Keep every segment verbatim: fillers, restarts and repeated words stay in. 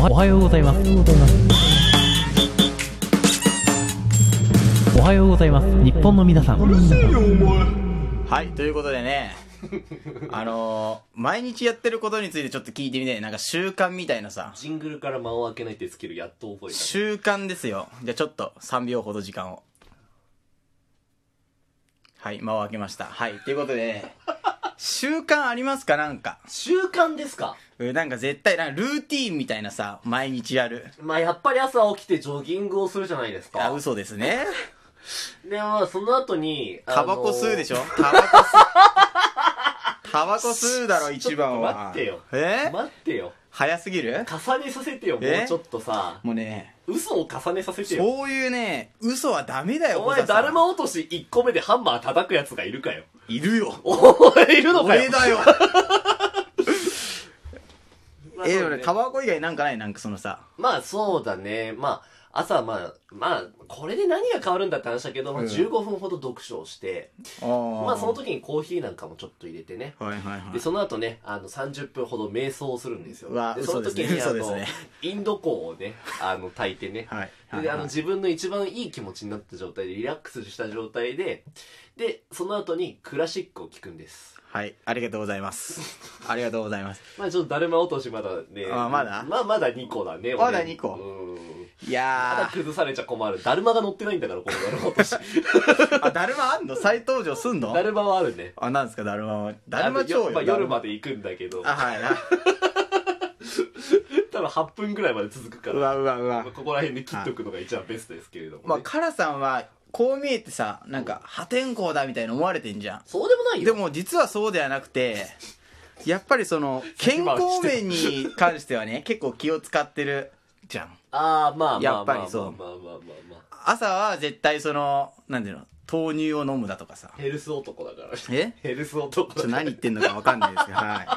おはようございます。おはようございます。日本の皆さん。 はい、ということでねあのー、毎日やってることについてちょっと聞いてみて。なんか習慣みたいなさ、 ジングルから間を空けないってスキルやっと覚えた。 習慣ですよ。じゃあちょっとさんびょうほど時間を。はい、間を空けました。はい、ということで、ね、習慣ありますか？なんか習慣ですか？ なんか絶対なんかルーティーンみたいなさ、毎日やる。 まあやっぱり朝起きてジョギングをするじゃないですか。 あ、嘘ですね。 でもその後にタバコ吸うでしょ。タバコ吸うタバコ吸うだろ一番は。 待ってよ。 え待ってよ。 早すぎる？ 重ねさせてよ。もうちょっとさ、 もうね、 嘘を重ねさせてよ。 そういうね、嘘はダメだよ。 お前だるま落としいっこめでハンマー叩くやつがいるかよ。 いるよ。 お前いるのかよ。 俺だよ。え、でもね、タバコ以外なんかない？なんかそのさ、 まあそうだね。まあ朝まあまあこれで何が変わるんだって話だけど、まあ、じゅうごふんほど読書をして、うん、まあその時にコーヒーなんかもちょっと入れてね、 はいはいはい、 でその後ねあのさんじゅっぷんほど瞑想をするんですよ。 わでその時に、ね、あの、 ね、 インド香をねあの炊いてね、はいはいはい、であの自分の一番いい気持ちになった状態でリラックスした状態ででその後にクラシックを聴くんです。 はい、ありがとうございます。ありがとうございます。 まあちょっとだるま落としまだね、 あまだまあまだにこだね。 まだにこ。 うん、 いやー、 まだ崩されちゃ困る。だるまが乗ってないんだからこのだるま落とし。 あ、だるまあんの？再登場すんの？ だるまはあるね。 あ、なんですかだるまは？だるま超よ。 まあ夜まで行くんだけど。 あ、はいはい。 多分はっぷんぐらいまで続くから。 うわうわうわ。 ここら辺で切っとくのが一番ベストですけれども、ね。 まあカラさんはこう見えてさ、なんか破天荒だみたいに思われてんじゃん。 そうでもないよ。 でも実はそうではなくて、やっぱりその健康面に関してはね結構気を使ってるじゃん。 ああまあまあまあやっぱりそう。 まあまあまあまあ。 朝は絶対そのなんていうの、豆乳を飲むだとかさ。 ヘルス男だから。 え？ ヘルス男だから。 ちょっと何言ってんのかわかんないですけど、はい。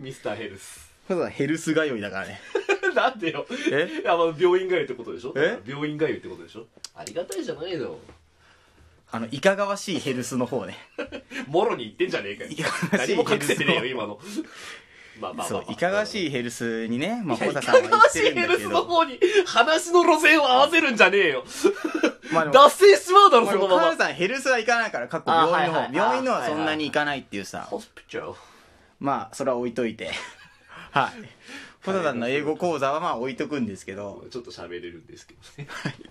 ミスターヘルス。 そうだ、ヘルス通いだからね。 なんでよ。 え？ いやまあ病院通いってことでしょ。 え？ 病院通いってことでしょ。ありがたいじゃないの。 あのいかがわしいヘルスの方ね。 もろに言ってんじゃねえかよ。 いかがわしい何も隠せてねえよ今の。 まあまあそう、いかがわしいヘルスにね、まあホタさんは言ってるんだけど、いかがわしいヘルスの方に話の路線を合わせるんじゃねえよ。 まあでも脱線しちまうだろ、そのまま。 カールさんヘルスは行かないから、過去病院の方、病院のはそんなに行かないっていうさ、 ホスピタル。 まあそれは置いといて、はい。ホタさんの英語講座はまあ置いとくんですけど、 ちょっと喋れるんですけどね。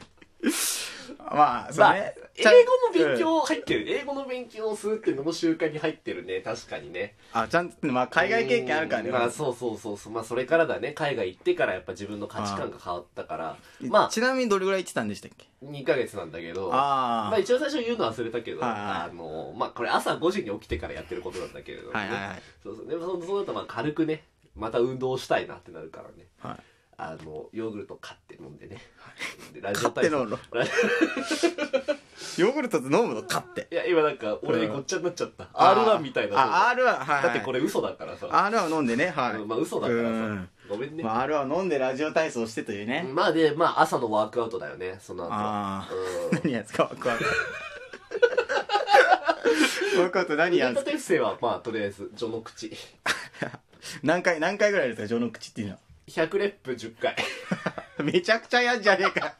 まあそうね、 英語の勉強入ってる、英語の勉強をするっていうのも習慣に入ってるね。確かにね。 あ、ちゃんとまあ海外経験あるからね。 まあそうそうそうそう、まあそれからだね。海外行ってからやっぱ自分の価値観が変わったから。まあちなみにどれぐらい行ってたんでしたっけ？ にかげつなんだけど、 あまあ一応最初言うの忘れたけど、あのまあこれ朝ごじに起きてからやってることなんだけれどもね。そうそう。でもその後まあ軽くね、また運動したいなってなるからね。はい。あのヨーグルト買って飲んでね。 でラジオ体操。買って飲むの？ヨーグルトって飲むの？買って。 いや今なんか俺ごっちゃになっちゃった。アールワン みたいな。 あ、アールワン、はい。 だってこれ嘘だからさ。 アールワン 飲んでね、はい。 まあ嘘だからさ。ごめんね。 まあ アールワン 飲んでラジオ体操してというね。 まあで、まあ朝のワークアウトだよね、その後。 ああ。何やつかワークアウト。ワークアウト何やんすか？ 腕立て伏せはまあとりあえず序の口。 何回、何回ぐらいですか、序の口っていうのは。 ひゃくレップじゅっかい。 めちゃくちゃやんじゃねえか。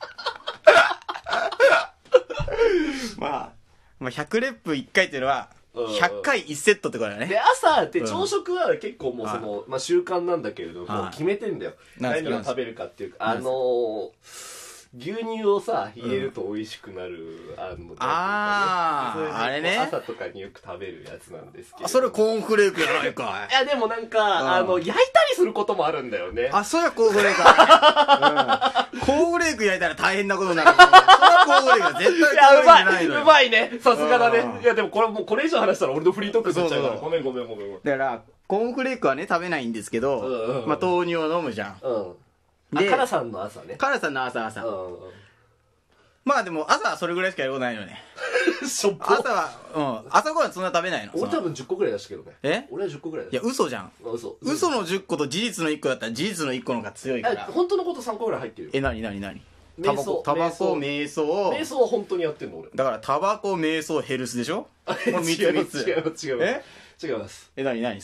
まあ、まあ、ひゃくレップいっかいっていうのは、ひゃっかいいちセットってことだね。 で、朝って朝食は結構もうその、まあ習慣なんだけれども、決めてんだよ。何を食べるかっていうか、あのー、牛乳をさ入れると美味しくなる、 あのあああれね、 朝とかによく食べるやつなんですけど。 それコーンフレークじゃないかい。 いやでもなんかあの焼いたりすることもあるんだよね。 あ、そりゃコーンフレークだね。コーンフレーク焼いたら大変なことになる。そりゃコーンフレークだ絶対。いやうまいうまいね、さすがだね。いやでもこれもうこれ以上話したら俺のフリートークになっちゃうから、ごめんごめんごめん。 だからコーンフレークはね食べないんですけど、まあ豆乳を飲むじゃん。 うん。でカラさんの朝ね。 カラさんの朝朝。まあでも朝はそれぐらいしかやることないのね。朝は、うん。朝ごはんそんな食べないの。 俺多分じゅっこぐらい出したけどね。 え？ 俺はじゅっこぐらい出した。 いや、嘘じゃん。 嘘。 嘘のじゅっこと事実のいっこだったら事実のいっこの方が強いから。 本当のことさんこぐらい入ってるよ。 え、なになになに？ タバコ、 タバコ、瞑想。 瞑想は本当にやってんの俺。 だからタバコ、瞑想、ヘルスでしょ？ 違います、違います、違います。 え？ 違います。 え、なになにですか？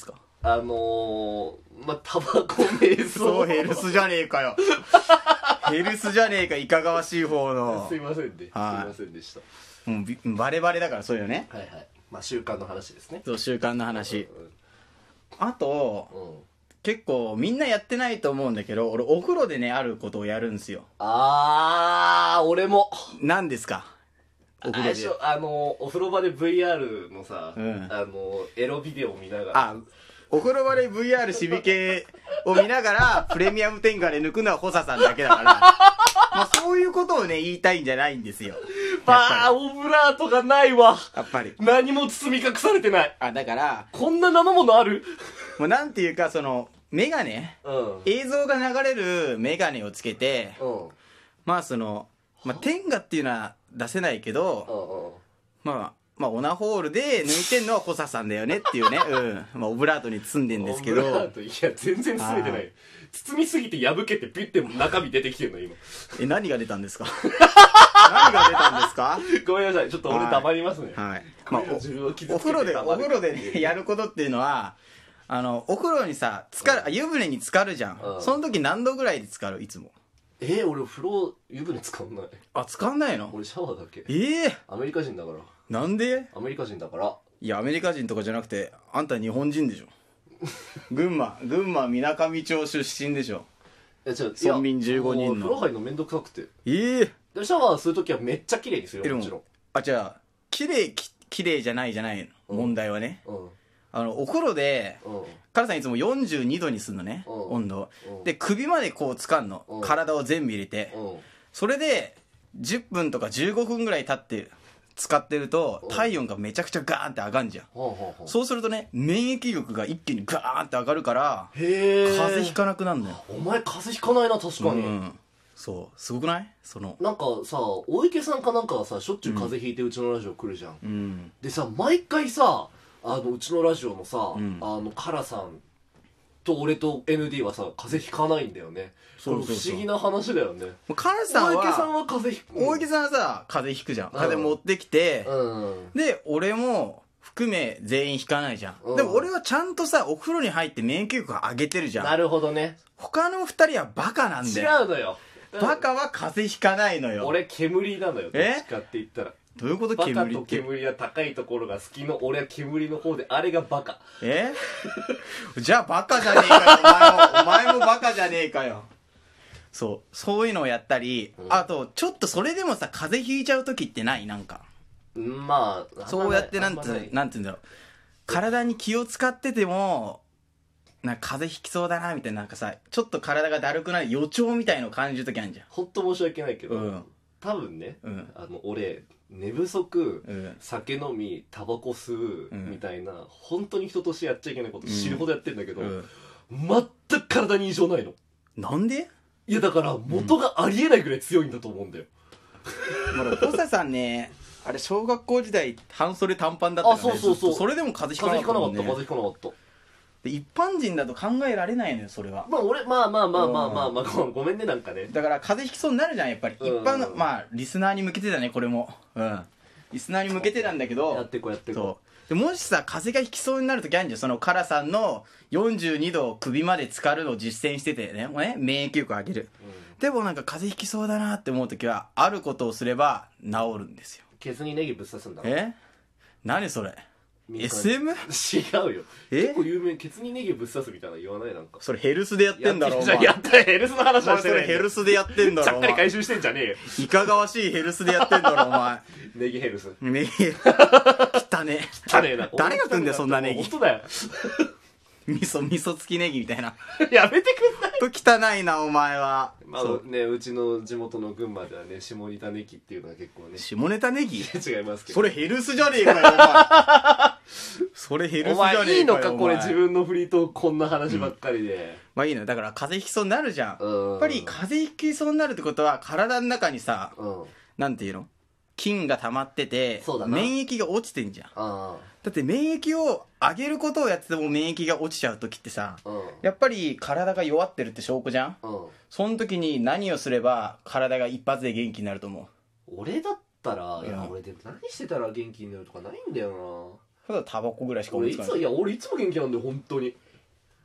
あのー、まあ、タバコ瞑想。 そう、ヘルスじゃねえかよ。ヘルスじゃねえか、いかがわしい方の。 すいませんね。 はい、 すいませんでした。 もうびバレバレだからそういうのね。 はいはい。まあ習慣の話ですね。 そう、習慣の話。 うん、 あと、うん、結構みんなやってないと思うんだけど、俺お風呂でね、あることをやるんですよ。 あー、俺も。 何ですか？お風呂で。 あの、お風呂場で ブイアール のさ、うん、あの、エロビデオを見ながら。 あ、お風呂場で ブイアール しび系を見ながら、プレミアム天下で抜くのはホサさんだけだから、まあそういうことをね、言いたいんじゃないんですよ。 まあ、オブラートがないわ。 やっぱり。 何も包み隠されてない。 あ、だから、 こんな生ものある？ もうなんていうか、その、メガネ、うん、映像が流れるメガネをつけて、うん、まあその、まあ天下っていうのは出せないけど、うんうん、まあ、まあ、オナホールで抜いてんのはホサさんだよねっていうね。うん。まあ、オブラートに包んでんですけど。 オブラート、いや、全然包めてない。包みすぎて破けてピュッて中身出てきてるの、今。 え、何が出たんですか？何が出たんですか？ ごめんなさい。ちょっと俺黙りますね。 はい。はい、まあ、お風呂で、お風呂でね、やることっていうのは、あの、お風呂にさ、浸かる、湯船に浸かるじゃん。うん、その時何度ぐらいで浸かる？いつも。 えー、俺風呂、湯船使んない。 あ、使んないの？ 俺シャワーだけ。 ええー、 アメリカ人だから。 なんで？ アメリカ人だから。 いや、アメリカ人とかじゃなくて、あんた日本人でしょ。群馬、群馬みなかみ町出身でしょ。 いや、違う、 村民じゅうごにんの。 風呂入るのめんどくさくて。 ええー、 で、シャワーするときはめっちゃ綺麗にするよ、もちろん。 あ、じゃあ、綺麗、き、綺麗じゃないじゃないの。うん、問題はね。うん。あの、お風呂で、うん、カラさんいつもよんじゅうにどにすんのね、うん、温度、うん。で、首までこう掴んの。うん、体を全部入れて。うん、それで、じゅっぷんとかじゅうごふんぐらい経って使ってると、体温がめちゃくちゃガーンって上がんじゃん。うん、そうするとね、免疫力が一気にガーンって上がるから、へー、風邪ひかなくなるのよ。 お前風邪ひかないな、確かに。うん、 そう、すごくない？その。 なんかさ、大池さんかなんかはさ、しょっちゅう風邪ひいてうちのラジオ来るじゃん。うん、でさ、毎回さ、あのうちのラジオのさ、うん、あのカラさんと俺と エヌディー はさ風邪ひかないんだよね。そうそうそう、不思議な話だよね。 カラさんは大池さんは風邪ひく、 大池さんはさ風邪ひくじゃん、風邪持ってきて、うん、で俺も含め全員ひかないじゃん、うん、でも俺はちゃんとさお風呂に入って免疫力を上げてるじゃん。 なるほどね。 他の二人はバカなんだよ。 違うのよ、 バカは風邪ひかないのよ。 俺煙なのよ、どっちかって言ったら。 どういうこと？煙って。 バカと煙は高いところが好きの俺は煙の方で、あれがバカ。 えじゃあバカじゃねえかよ、お前も。お前もバカじゃねえかよ。そう、そういうのをやったり、うん、あと、ちょっとそれでもさ、風邪ひいちゃう時ってない？なんか。 まあ、 そうやってなんて、なんて言うんだろう。体に気を使ってても、なんか風邪ひきそうだな、みたいな、なんかさ、ちょっと体がだるくなる予兆みたいのを感じる時あるじゃん。 ほんと申し訳ないけど、うん、多分ね、うん、あの、俺、寝不足、うん、酒飲み、タバコ吸う、うん、みたいな本当に人としてやっちゃいけないこと死ぬほどやってんだけど、うん、全く体に異常ないの。 なんで？ いやだから元がありえないぐらい強いんだと思うんだよ。 まだホサさんね、あれ小学校時代半袖短パンだったからね。あ、そうそうそう。それでも風邪ひかなかったもんね。 風邪ひかなかった、風邪ひかなかった。 で一般人だと考えられないのよ、それは。 まあ俺、まあまあまあまあまあまあ、ご, ごめんね、なんかね。 だから風邪ひきそうになるじゃん、やっぱり。一般の、まあ、リスナーに向けてだね、これも。うん。リスナーに向けてなんだけど。 やってこうやってこう。 そうでもしさ、風邪がひきそうになるときあるんじゃん。そのカラさんのよんじゅうにどを首まで浸かるのを実践しててね、もうね、免疫力上げる。うん、でもなんか風邪ひきそうだなって思うときは、あることをすれば治るんですよ。 ケツにネギぶっ刺すんだ。 え？何それ？エスエム？ 違うよ。結構有名、ケツにネギぶっ刺すみたいな言わない？なんかそれヘルスでやってんだろ。 お前やったヘルスの話はしてない。 それヘルスでやってんだろ。 ちゃっかり回収してんじゃねえよ。 いかがわしいヘルスでやってんだろお前。 ネギヘルス。 ネギ汚ねえ汚ねえな。 誰が食うんだよそんなネギ。 本当だよ。 味噌味噌付きネギみたいな。 やめてくんない。 と汚いなお前は。 まあね、うちの地元の群馬ではね、下ネタネギっていうのは結構ね。 下ネタネギ？ 違いますけど。 それヘルスじゃねえかよお前。それヘルスじゃねえかよお前。 いいのかこれ自分のフリートークこんな話ばっかりで。うん、 まあいいの。だから風邪ひきそうになるじゃん。うん、やっぱり風邪ひきそうになるってことは体の中にさ、うん、なんていうの？菌が溜まってて、免疫が落ちてんじゃん。あだって免疫を上げることをやってても免疫が落ちちゃう時ってさ、うん、やっぱり体が弱ってるって証拠じゃん、うん、その時に何をすれば体が一発で元気になると思う？俺だったら、いや俺でも何してたら元気になるとかないんだよな。ただタバコぐらいしか思いつかない。 いや俺いつも元気なんだよ本当に。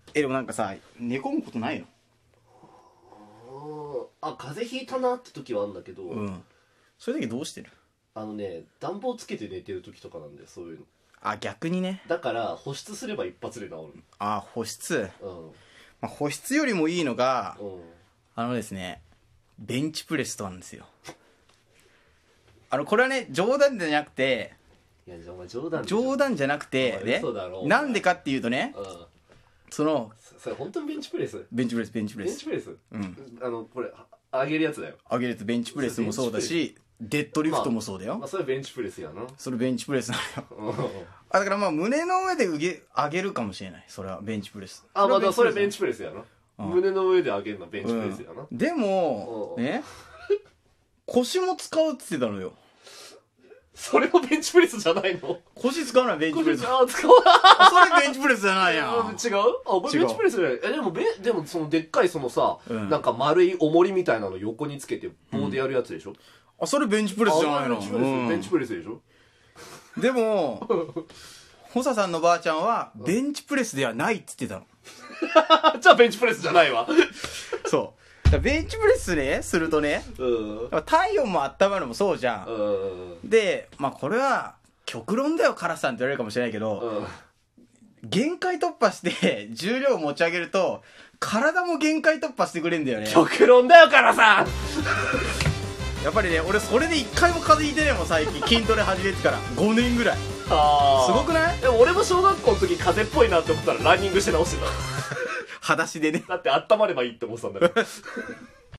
えでもなんかさ寝込むことないの？ あ、風邪ひいたなって時はあるんだけど、 うん、そういう時どうしてる？ あのね、暖房つけて寝てる時とかなんだよ、そういうの。 あ、逆にね。 だから保湿すれば一発で治る。 あ、保湿。 うん、 まあ、保湿よりもいいのが、 うん、 あのですね、ベンチプレスとなんですよ。あのこれはね冗談じゃなくて、 いやお前冗談冗談じゃなくてね、なんでかっていうとね、うん、そのそれ本当にベンチプレス？ ベンチプレスベンチプレスベンチプレス、 うん、 あのこれ上げるやつだよ。 上げるやつベンチプレスもそうだし、デッドリフトもそうだよ。 まあ、まあ、それベンチプレスやな。それベンチプレスなのよあだからまあ胸の上で上げ上げるかもしれない。それはベンチプレス。 あ、まあそれベンチプレスやな、うん、胸の上で上げるのはベンチプレスやな、 うん、でもね腰も使うって言ってたのよ。 それもベンチプレスじゃないの？ 腰使わないベンチプレス。 あ、使わない。それベンチプレスじゃないやん。違う？ あ、これベンチプレスじゃない。え、でもべ、でもそのでっかいそのさ、うん、なんか丸い重りみたいなの横につけて棒でやるやつでしょ？うん、 あ、それベンチプレスじゃないの？ ベンチプレス、うん、ベンチプレスでしょ？ でも、ホサさんのばあちゃんはベンチプレスではないって言ってたの。じゃあベンチプレスじゃないわ。 そう。ベンチプレスねするとね、うん、体温も温まるのもそうじゃん、うん、でまあこれは極論だよカラさんって言われるかもしれないけど、うん、限界突破して重量を持ち上げると体も限界突破してくれんだよね。 極論だよカラさんやっぱりね俺それで一回も風邪ひいてねえもん最近筋トレ始めてからごねんぐらい。 あすごくない？ でも俺も小学校の時風邪っぽいなって思ったらランニングして直してた裸足でね。 だって温まればいいって思ってたんだよ